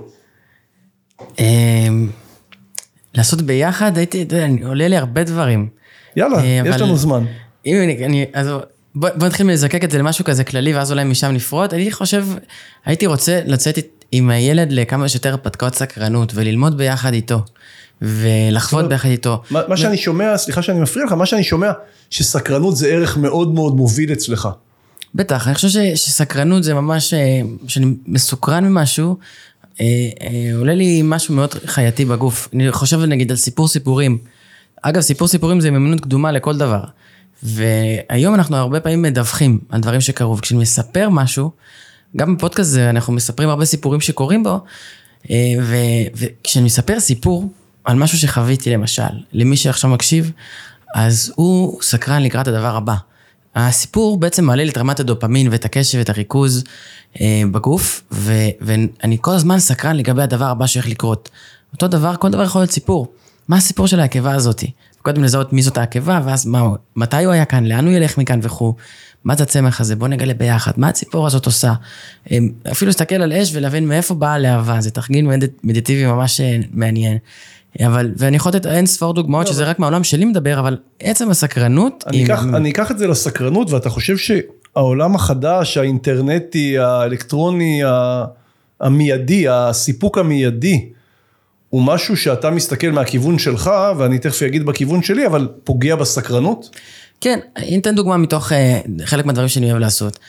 לעשות ביחד, הייתי, עולה לי הרבה דברים. יאללה, יש לנו זמן. אם אני, אז בוא, בוא נתחיל לזקק את זה למשהו כזה כללי, ואז אולי משם נפרוט. אני חושב, הייתי רוצה לצאת עם הילד לכמה שיותר פתקאות סקרנות, וללמוד ביחד איתו, ולחוות ביחד איתו. מה, מה שאני שומע, סליחה שאני מפריע לך, מה שאני שומע, שסקרנות זה ערך מאוד מאוד מוביל אצלך. בטח, אני חושב ש, שסקרנות זה ממש, שאני מסוקרן ממשהו, עולה לי משהו מאוד חייתי בגוף. אני חושב נגיד על סיפור סיפורים. אגב, סיפור סיפורים זה מיומנות קדומה לכל דבר. והיום אנחנו הרבה פעמים מדווחים על דברים שקרו. וכשאני מספר משהו, גם בפודקאסט הזה אנחנו מספרים הרבה סיפורים שקורים בו, וכשאני מספר סיפור על משהו שחוויתי למשל, למי שעכשיו מקשיב, אז הוא סקרן לקראת הדבר הבא. הסיפור בעצם מעלה את רמת הדופמין ואת הקשב ואת הריכוז אה, בגוף, ו, ואני כל הזמן סקרן לגבי הדבר הבא שהולך לקרות. אותו דבר, כל דבר יכול להיות סיפור. מה הסיפור של העקבה הזאת? קודם לזהות מי זאת העקבה, ואז מה, מתי הוא היה כאן, לאן הוא ילך מכאן וכו', מה זה הצמח הזה, בוא נגלה ביחד, מה הציפור הזאת עושה? אה, אפילו להסתכל על אש ולהבין מאיפה באה הלהבה, זה תרגיל מדיטיבי ממש מעניין. אבל, ואני יכול לתת אין ספור דוגמאות שזה רק מהעולם שלי מדבר, אבל עצם הסקרנות... אני אקח, אני אקח את זה לסקרנות, ואתה חושב שהעולם החדש, האינטרנטי, האלקטרוני, המיידי, הסיפוק המיידי, הוא משהו שאתה מסתכל מהכיוון שלך, ואני תכף אגיד בכיוון שלי, אבל פוגע בסקרנות? כן, אני אתן דוגמה מתוך חלק מהדברים שאני אוהב לעשות.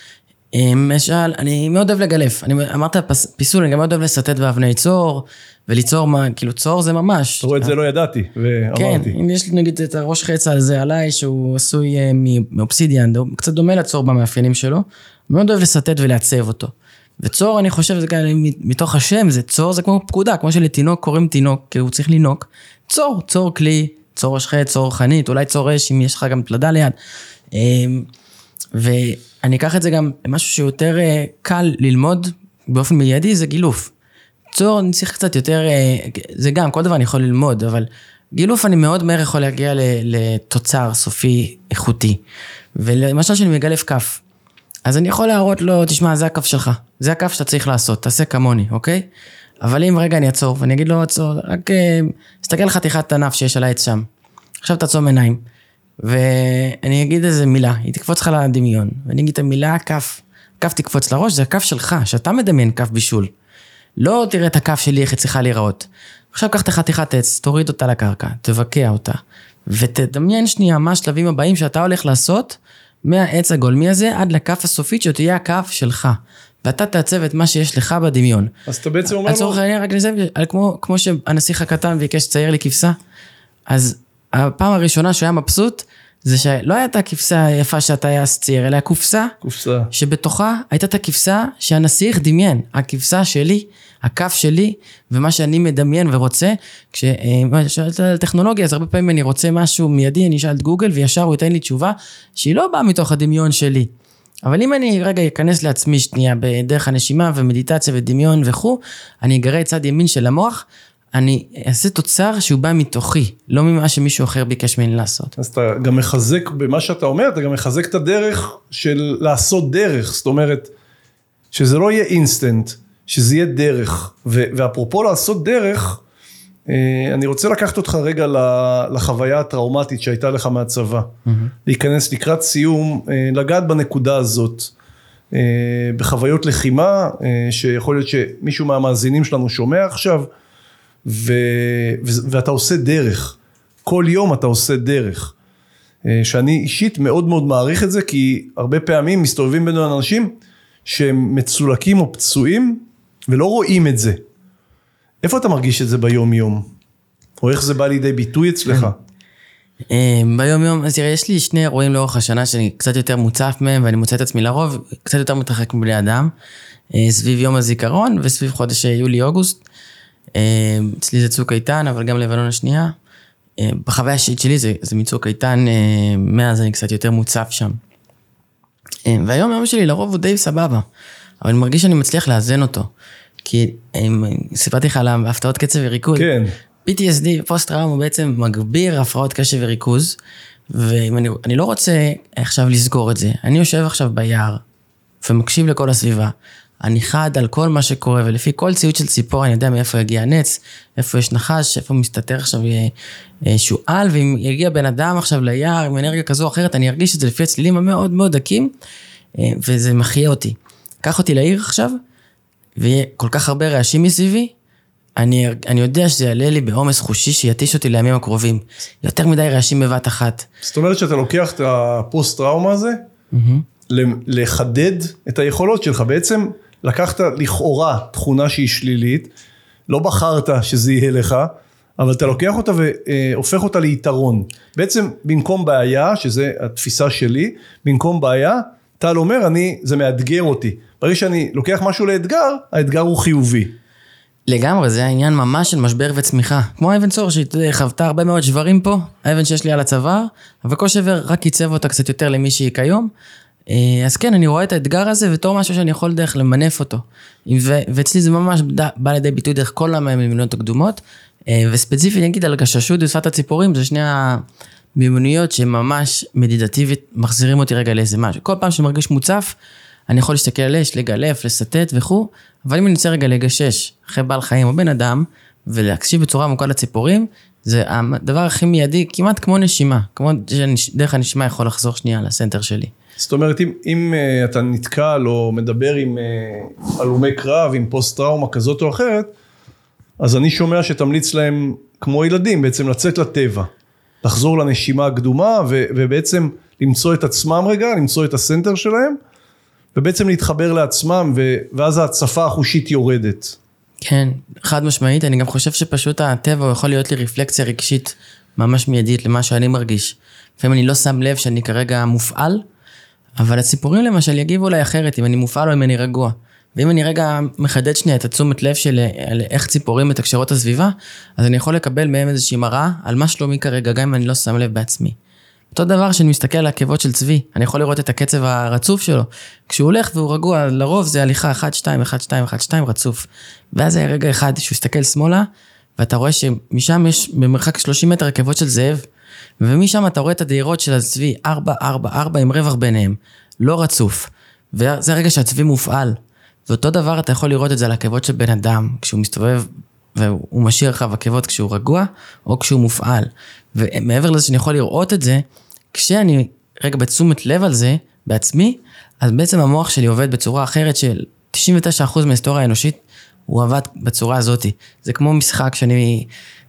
למשל, אני מאוד אוהב לגלף, אני אמרת פיסול, אני גם מאוד אוהב לסטט באבני צור, וליצור מה, כאילו צור זה ממש. אתה רואה את זה לא ידעתי, ואמרתי. כן, אם יש לי נגיד את הראש חץ על זה עליי, שהוא עשוי מאובסידיאן, קצת דומה לצור במאפיינים שלו, מאוד אוהב לסטט ולעצב אותו. וצור, אני חושב, זה גם מתוך השם, זה צור, זה כמו פקודה, כמו שלתינוק קוראים תינוק, כי הוא צריך לינוק. צור, צור כלי, צור ראש חץ, צור חנית, אולי צור רש, אם יש לך גם פלדה ליד. ואני אקח את זה גם משהו שיותר קל ללמוד באופן מיידי, זה גילוף. צור אני צריך קצת יותר, זה גם, כל דבר אני יכול ללמוד, אבל גילוף אני מאוד מהר יכול להגיע לתוצר סופי איכותי. ולמשל שאני מגלף כף, אז אני יכול להראות לו, תשמע, זה הכף שלך, זה הכף שאתה צריך לעשות, תעשה כמוני, אוקיי? אבל אם רגע אני אעצור, ואני אגיד לו, עצור, רק תסתכל על חתיכת ענף שיש על העץ שם. עכשיו תעצום עיניים. ואני אגיד איזה מילה, היא תקפוץ לך לדמיון, ואני אגיד את המילה כף, כף תקפוץ לראש, זה הכף שלך, שאתה מדמיין כף בישול. לא תראה את הכף שלי, איך היא צריכה להיראות. עכשיו קח את חתיכת עץ, תוריד אותה לקרקע, תבקע אותה, ותדמיין שנייה מה השלבים הבאים שאתה הולך לעשות, מהעץ הגולמי הזה עד לכף הסופית, שתהיה הכף שלך. ואתה תעצב את מה שיש לך בדמיון. אז אתה בעצם אומר לו... הצורך העניין רק לזה, כמו, כמו שהנסיך הקטן ביקש לצייר לי כבשה, אז הפעם הראשונה שהוא היה מבסוט, זה שלא הייתה כבשה יפה שהטייס צייר, אלא הקופסה, קופסה. שבתוכה הייתה את הכבשה שהנסיך דמיין, הכבשה שלי, הכף שלי, ומה שאני מדמיין ורוצה, כששאלת על טכנולוגיה, אז הרבה פעמים אני רוצה משהו מיידי, אני אשאל את גוגל, וישר הוא ייתן לי תשובה, שהיא לא באה מתוך הדמיון שלי. אבל אם אני רגע אכנס לעצמי שנייה, בדרך הנשימה ומדיטציה ודמיון וכו', אני אגרה את צד ימין של המוח, אני אעשה תוצר שהוא בא מתוכי, לא ממה שמישהו אחר ביקש ממני לעשות. אז אתה גם מחזק במה שאתה אומר, אתה גם מחזק את הדרך של לעשות דרך, זאת אומרת, שזה לא יהיה אינסטנט, שזה יהיה דרך, ואפרופו לעשות דרך, אני רוצה לקחת אותך רגע לחוויה הטראומטית שהייתה לך מהצבא, להיכנס לקראת סיום, לגעת בנקודה הזאת, בחוויות לחימה, שיכול להיות שמישהו מהמאזינים שלנו שומע עכשיו, ו... ואתה עושה דרך, כל יום אתה עושה דרך, שאני אישית מאוד מאוד מעריך את זה, כי הרבה פעמים מסתובבים בינינו אנשים, שהם מצולקים או פצועים, ולא רואים את זה. איפה אתה מרגיש את זה ביום יום? או איך זה בא לידי ביטוי אצלך? ביום יום, אז תראה, יש לי שני אירועים לאורך השנה, שאני קצת יותר מוצף מהם, ואני מוצא את עצמי לרוב, קצת יותר מתרחק מבני אדם, סביב יום הזיכרון, וסביב חודש יולי-אוגוסט, אצלי זה צוק איתן, אבל גם לבנון השנייה. בחוויה השאית שלי זה, זה מצוק איתן, מאז אני קצת יותר מוצף שם. והיום היום שלי לרוב הוא די סבבה, אבל אני מרגיש שאני מצליח לאזן אותו. כי סיפרתי לך על ההפתעות קצב וריכוז. כן. פי טי אס די, פוסט טראומה, הוא בעצם מגביר הפרעות קשב וריכוז, ואני אני לא רוצה עכשיו לסגור את זה. אני יושב עכשיו ביער, ומקשיב לכל הסביבה. אני חד על כל מה שקורה, ולפי כל ציוד של ציפור, אני יודע מאיפה יגיע הנץ, איפה יש נחש, איפה מסתתר עכשיו שואל, ואם יגיע בן אדם עכשיו ליער, עם אנרגיה כזו או אחרת, אני ארגיש את זה לפי הצלילים המאוד מאוד דקים, וזה מחיה אותי. קח אותי לעיר עכשיו, ויהיה כל כך הרבה רעשים מסביבי, אני, אני יודע שזה יעלה לי בעומס חושי, שיתיש אותי לימים הקרובים. יותר מדי רעשים בבת אחת. זאת אומרת שאתה לוקח את הפוסט-טראומה הזה, mm-hmm. לחדד את היכולות שלך, בעצם לקחת לכאורה תכונה שהיא שלילית, לא בחרת שזה יהיה לך, אבל אתה לוקח אותה והופך אותה ליתרון. בעצם במקום בעיה, שזה התפיסה שלי, במקום בעיה, טל אומר, אני, זה מאתגר אותי. ברגע שאני לוקח משהו לאתגר, האתגר הוא חיובי. לגמרי, זה העניין ממש של משבר וצמיחה. כמו האבן צור שחוותה הרבה מאוד שברים פה, האבן שיש לי על הצוואר, אבל כל שבר רק ייצב אותה קצת יותר למי שהיא כיום. אז כן, אני רואה את האתגר הזה, ותור משהו שאני יכול דרך למנף אותו. ואצלי זה ממש בא לידי ביטוי דרך כל המיומנויות הקדומות, וספציפית נגיד על גששות ושפת הציפורים, זה שני המיומנויות שממש מדיטטיבית מחזירים אותי רגע לאיזה משהו. כל פעם שמרגיש מוצף, אני יכול להסתכל על אש, לגלף, לסטט וכו', אבל אם אני רוצה רגע לגשש אחרי בעל חיים או בן אדם, ולהקשיב בצורה עמוקה לציפורים, זה הדבר הכי מיידי, כמעט כמו נשימה, כמו שדרך הנשימה יכול לחזור שנייה לסנטר שלי. זאת אומרת, אם, אם uh, אתה נתקל או מדבר עם uh, הלומי קרב, עם פוסט-טראומה כזאת או אחרת, אז אני שומע שתמליץ להם, כמו ילדים, בעצם לצאת לטבע, לחזור לנשימה הקדומה, ו- ובעצם למצוא את עצמם רגע, למצוא את הסנטר שלהם, ובעצם להתחבר לעצמם, ואז ההצפה החושית יורדת. כן, חד משמעית, אני גם חושב שפשוט הטבע יכול להיות לי רפלקציה רגשית ממש מיידית למה שאני מרגיש. לפעמים אני לא שם לב שאני כרגע מופעל, אבל הציפורים למשל יגיבו אולי אחרת, אם אני מופעל או אם אני רגוע. ואם אני רגע מחדד שנייה את התשומת לב של איך ציפורים מתקשרות הסביבה, אז אני יכול לקבל מהם איזושהי מראה על מה שלומי כרגע, גם אם אני לא שם לב בעצמי. אותו דבר שאני מסתכל על העקבות של צבי, אני יכול לראות את הקצב הרצוף שלו. כשהוא הולך והוא רגוע, לרוב זה הליכה אחת שתיים, אחת שתיים, אחת שתיים רצוף. ואז היה רגע אחד שהוא הסתכל שמאלה, ואתה רואה שמשם יש במרחק שלושים מטר עקבות של זאב, ומשם אתה רואה את הדהירות של הצבי, ארבע, ארבע, ארבע עם רווח ביניהם, לא רצוף. וזה הרגע שהצבי מופעל. ואותו דבר אתה יכול לראות את זה על עקבות של בן אדם, כשהוא מסתובב והוא משאיר לך עקבות כשהוא רגוע, או כשהוא מופעל. ומעבר לזה שאני יכול לראות את זה, כשאני רגע בתשומת לב על זה, בעצמי, אז בעצם המוח שלי עובד בצורה אחרת של תשעים ותשעה אחוז מההיסטוריה האנושית, הוא עבד בצורה הזאת. זה כמו משחק שאני,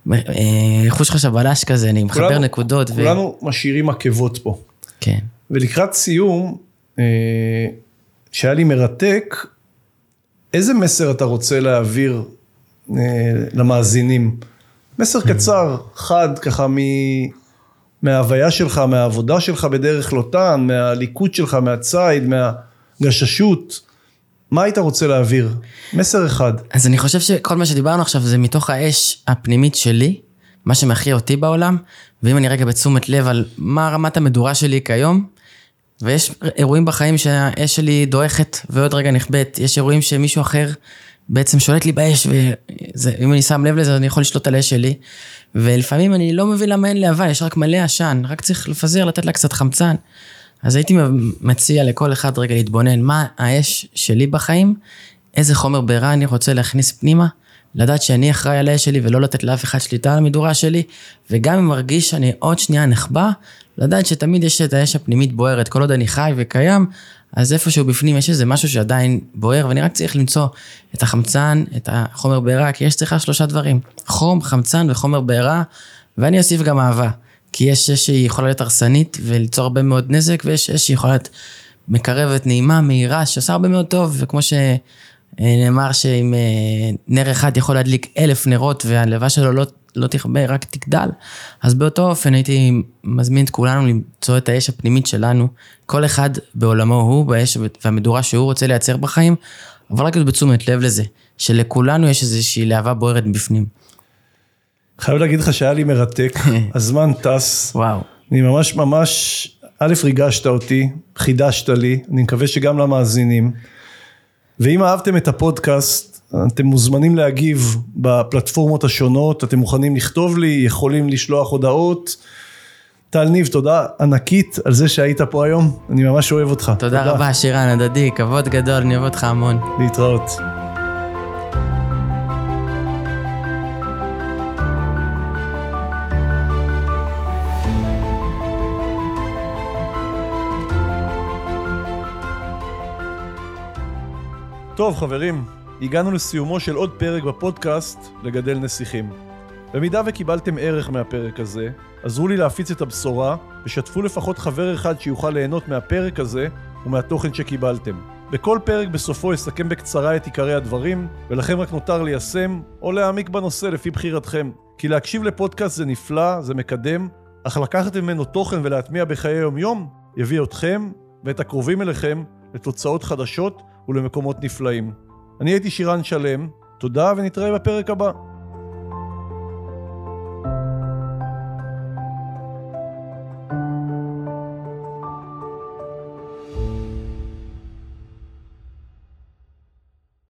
חוש חשב בלש כזה, אני מחבר כולנו, נקודות. כולנו ו... משאירים עקבות פה. כן. ולקראת סיום, שהיה לי מרתק, איזה מסר אתה רוצה להעביר למאזינים? מסר קצר, חד, ככה מ... מההוויה שלך, מהעבודה שלך בדרך לוטן, מהליקוד שלך, מהצייד, מהגששות. מה היית רוצה להעביר? מסר אחד. אז אני חושב שכל מה שדיברנו עכשיו זה מתוך האש הפנימית שלי, מה שמכריע אותי בעולם, ואם אני רגע בתשומת לב על מה רמת המדורה שלי כיום, ויש אירועים בחיים שהאש שלי דועכת ועוד רגע נכבט, יש אירועים שמישהו אחר בעצם שולט לי באש, ואם אני שם לב לזה, אני יכול לשלוט על האש שלי, ולפעמים אני לא מבין למה אין להבה, יש רק מלא עשן, רק צריך לפזר, לתת לה קצת חמצן. אז הייתי מציע לכל אחד רגע להתבונן, מה האש שלי בחיים, איזה חומר בעירה אני רוצה להכניס פנימה, לדעת שאני אחראי על האש שלי, ולא לתת לאף אחד שליטה על המדורה שלי, וגם אם מרגיש שאני עוד שנייה נחבא, לדעת שתמיד יש את האש הפנימית בוערת, כל עוד אני חי וקיים, אז איפשהו בפנים יש איזה משהו שעדיין בוער, ואני רק צריך למצוא את החמצן, את החומר בעירה, כי יש צריכה שלושה דברים, חום, חמצן וחומר בעירה, ואני אוסיף גם אהבה, כי יש אש שהיא יכולה להיות הרסנית, וליצור הרבה מאוד נזק, ויש אש שהיא יכולה להיות מקרבת, נעימה, מהירה, שעושה הרבה מאוד טוב, וכמו שנאמר שאם נר אחד יכול להדליק אלף נרות, והלבה שלו לא, לא תכבה, רק תגדל, אז באותו אופן הייתי מזמין את כולנו למצוא את האש הפנימית שלנו, כל אחד בעולמו הוא, באש והמדורה שהוא רוצה לייצר בחיים, אבל רק בתשומת לב לזה, שלכולנו יש איזושהי להבה בוערת בפנים. חייב להגיד לך שהיה לי מרתק, הזמן טס, וואו. אני ממש ממש, א' ריגשת אותי, חידשת לי, אני מקווה שגם למאזינים, ואם אהבתם את הפודקאסט, אתם מוזמנים להגיב בפלטפורמות השונות, אתם מוכנים לכתוב לי, יכולים לשלוח הודעות. טל ניב, תודה ענקית על זה שהיית פה היום, אני ממש אוהב אותך. תודה, תודה. רבה שירן, הדדי, כבוד גדול, אני אוהב אותך המון. להתראות. טוב חברים, הגענו לסיומו של עוד פרק בפודקאסט לגדל נסיכים. במידה וקיבלתם ערך מהפרק הזה, עזרו לי להפיץ את הבשורה ושתפו לפחות חבר אחד שיוכל ליהנות מהפרק הזה ומהתוכן שקיבלתם. בכל פרק בסופו אסכם בקצרה את עיקרי הדברים, ולכם רק נותר ליישם או להעמיק בנושא לפי בחירתכם. כי להקשיב לפודקאסט זה נפלא, זה מקדם, אך לקחת ממנו תוכן ולהטמיע בחיי יום יום, יביא אתכם ואת הקרובים אליכם לתוצאות חדשות ולמקומות נפלאים. אני הייתי שירן שלם, תודה ונתראה בפרק הבא.